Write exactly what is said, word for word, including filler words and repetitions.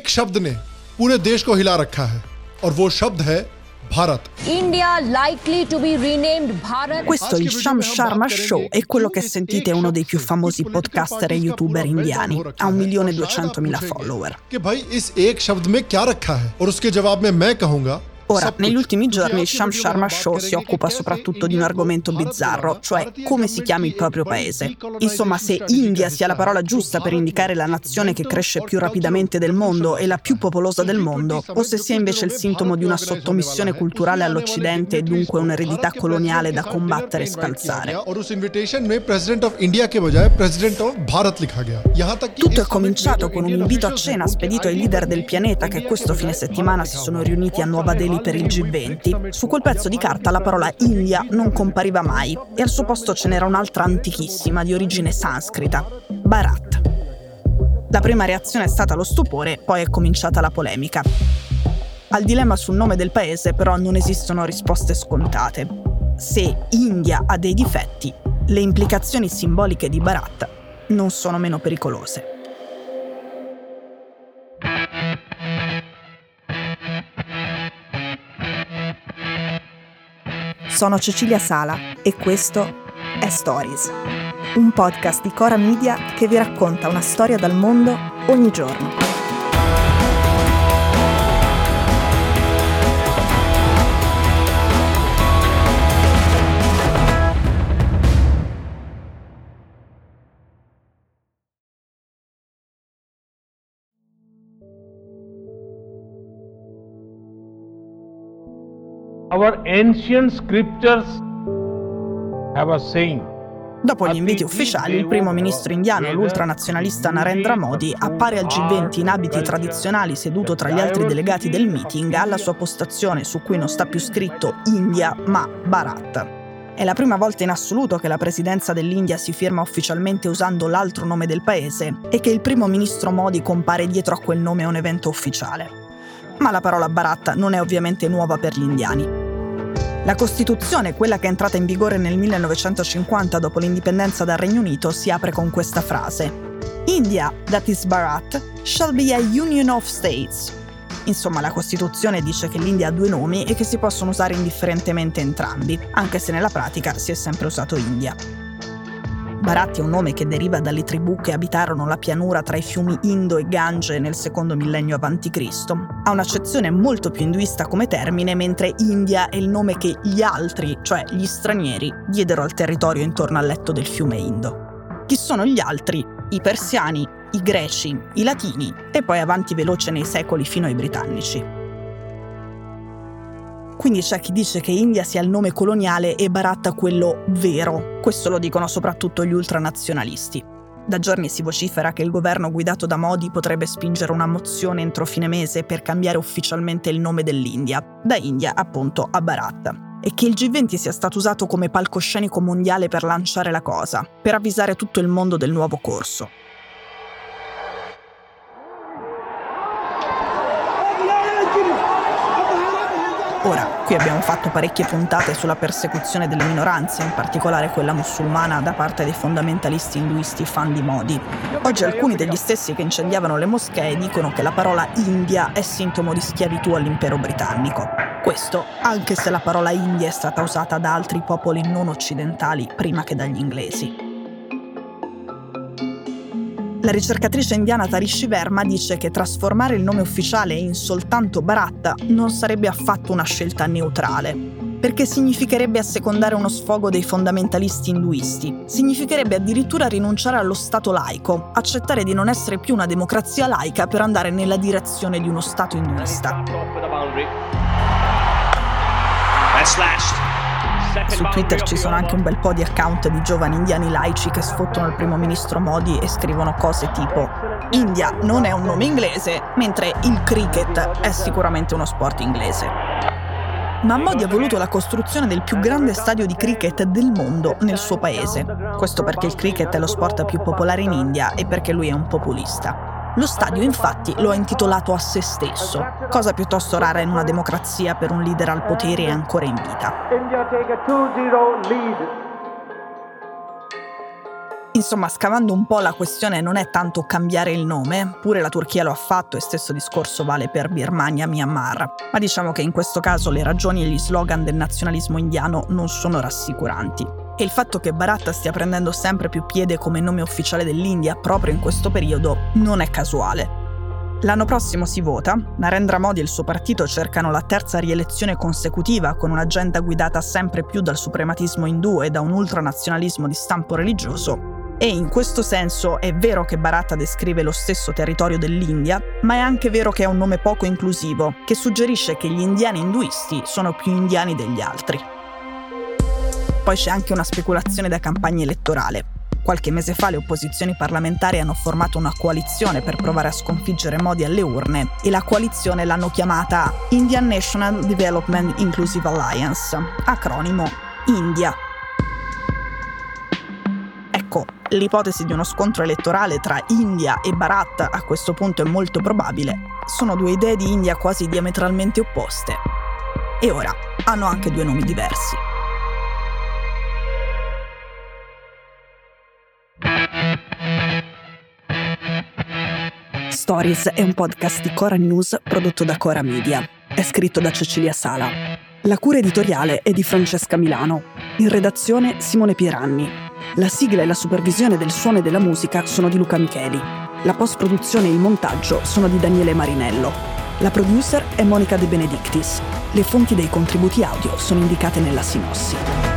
एक शब्द ने पूरे देश को हिला रखा है और वो शब्द है Bharat. India likely to be renamed Bharat. Questo, il Sham Sharma Show, è quello che sentite, è uno dei più famosi podcaster e youtuber indiani. Ha un milione e duecentomila follower. Che bhai is ek shabd mein kya rakha hai? Aur uske jawab mein main kahunga. Ora, negli ultimi giorni il Sham Sharma Show si occupa soprattutto di un argomento bizzarro, cioè come si chiama il proprio paese. Insomma, se India sia la parola giusta per indicare la nazione che cresce più rapidamente del mondo e la più popolosa del mondo, o se sia invece il sintomo di una sottomissione culturale all'Occidente e dunque un'eredità coloniale da combattere e scalzare. Tutto è cominciato con un invito a cena spedito ai leader del pianeta che questo fine settimana si sono riuniti a Nuova Delhi per il G venti. Su quel pezzo di carta la parola India non compariva mai e al suo posto ce n'era un'altra antichissima di origine sanscrita, Bharat. La prima reazione è stata lo stupore, poi è cominciata la polemica. Al dilemma sul nome del paese però non esistono risposte scontate. Se India ha dei difetti, le implicazioni simboliche di Bharat non sono meno pericolose. Sono Cecilia Sala e questo è Stories, un podcast di Cora Media che vi racconta una storia dal mondo ogni giorno. Our ancient scriptures have a saying. Dopo gli inviti ufficiali, il primo ministro indiano, l'ultranazionalista Narendra Modi, appare al G venti in abiti tradizionali seduto tra gli altri delegati del meeting alla sua postazione su cui non sta più scritto India ma Bharat. È la prima volta in assoluto che la presidenza dell'India si firma ufficialmente usando l'altro nome del paese e che il primo ministro Modi compare dietro a quel nome a un evento ufficiale. Ma la parola Bharat non è ovviamente nuova per gli indiani. La Costituzione, quella che è entrata in vigore nel millenovecentocinquanta dopo l'indipendenza dal Regno Unito, si apre con questa frase: India, that is Bharat, shall be a union of states. Insomma, la Costituzione dice che l'India ha due nomi e che si possono usare indifferentemente entrambi, anche se nella pratica si è sempre usato India. Bharat è un nome che deriva dalle tribù che abitarono la pianura tra i fiumi Indo e Gange nel secondo millennio avanti Cristo. Ha un'accezione molto più induista come termine, mentre India è il nome che gli altri, cioè gli stranieri, diedero al territorio intorno al letto del fiume Indo. Chi sono gli altri? I persiani, i greci, i latini e poi avanti veloce nei secoli fino ai britannici. Quindi c'è chi dice che India sia il nome coloniale e Bharat quello vero. Questo lo dicono soprattutto gli ultranazionalisti. Da giorni si vocifera che il governo guidato da Modi potrebbe spingere una mozione entro fine mese per cambiare ufficialmente il nome dell'India, da India appunto a Bharat, e che il G venti sia stato usato come palcoscenico mondiale per lanciare la cosa, per avvisare tutto il mondo del nuovo corso. Ora, qui abbiamo fatto parecchie puntate sulla persecuzione delle minoranze, in particolare quella musulmana, da parte dei fondamentalisti induisti fan di Modi. Oggi alcuni degli stessi che incendiavano le moschee dicono che la parola India è sintomo di schiavitù all'impero britannico. Questo, anche se la parola India è stata usata da altri popoli non occidentali prima che dagli inglesi. La ricercatrice indiana Tarishi Verma dice che trasformare il nome ufficiale in soltanto Bharat non sarebbe affatto una scelta neutrale, perché significherebbe assecondare uno sfogo dei fondamentalisti induisti. Significherebbe addirittura rinunciare allo Stato laico, accettare di non essere più una democrazia laica per andare nella direzione di uno Stato induista. Su Twitter ci sono anche un bel po' di account di giovani indiani laici che sfottono il primo ministro Modi e scrivono cose tipo India non è un nome inglese, mentre il cricket è sicuramente uno sport inglese. Ma Modi ha voluto la costruzione del più grande stadio di cricket del mondo nel suo paese. Questo perché il cricket è lo sport più popolare in India e perché lui è un populista. Lo stadio, infatti, lo ha intitolato a se stesso, cosa piuttosto rara in una democrazia per un leader al potere e ancora in vita. Insomma, scavando un po', la questione non è tanto cambiare il nome, pure la Turchia lo ha fatto e stesso discorso vale per Birmania, Myanmar, ma diciamo che in questo caso le ragioni e gli slogan del nazionalismo indiano non sono rassicuranti. E il fatto che Bharat stia prendendo sempre più piede come nome ufficiale dell'India proprio in questo periodo non è casuale. L'anno prossimo si vota, Narendra Modi e il suo partito cercano la terza rielezione consecutiva con un'agenda guidata sempre più dal suprematismo indù e da un ultranazionalismo di stampo religioso. E in questo senso è vero che Bharat descrive lo stesso territorio dell'India, ma è anche vero che è un nome poco inclusivo, che suggerisce che gli indiani induisti sono più indiani degli altri. Poi c'è anche una speculazione da campagna elettorale. Qualche mese fa le opposizioni parlamentari hanno formato una coalizione per provare a sconfiggere Modi alle urne e la coalizione l'hanno chiamata Indian National Development Inclusive Alliance, acronimo India. Ecco, l'ipotesi di uno scontro elettorale tra India e Bharat a questo punto è molto probabile. Sono due idee di India quasi diametralmente opposte. E ora hanno anche due nomi diversi. Stories è un podcast di Cora News prodotto da Cora Media. È scritto da Cecilia Sala. La cura editoriale è di Francesca Milano. In redazione Simone Pieranni. La sigla e la supervisione del suono e della musica sono di Luca Micheli. La post-produzione e il montaggio sono di Daniele Marinello. La producer è Monica De Benedictis. Le fonti dei contributi audio sono indicate nella sinossi.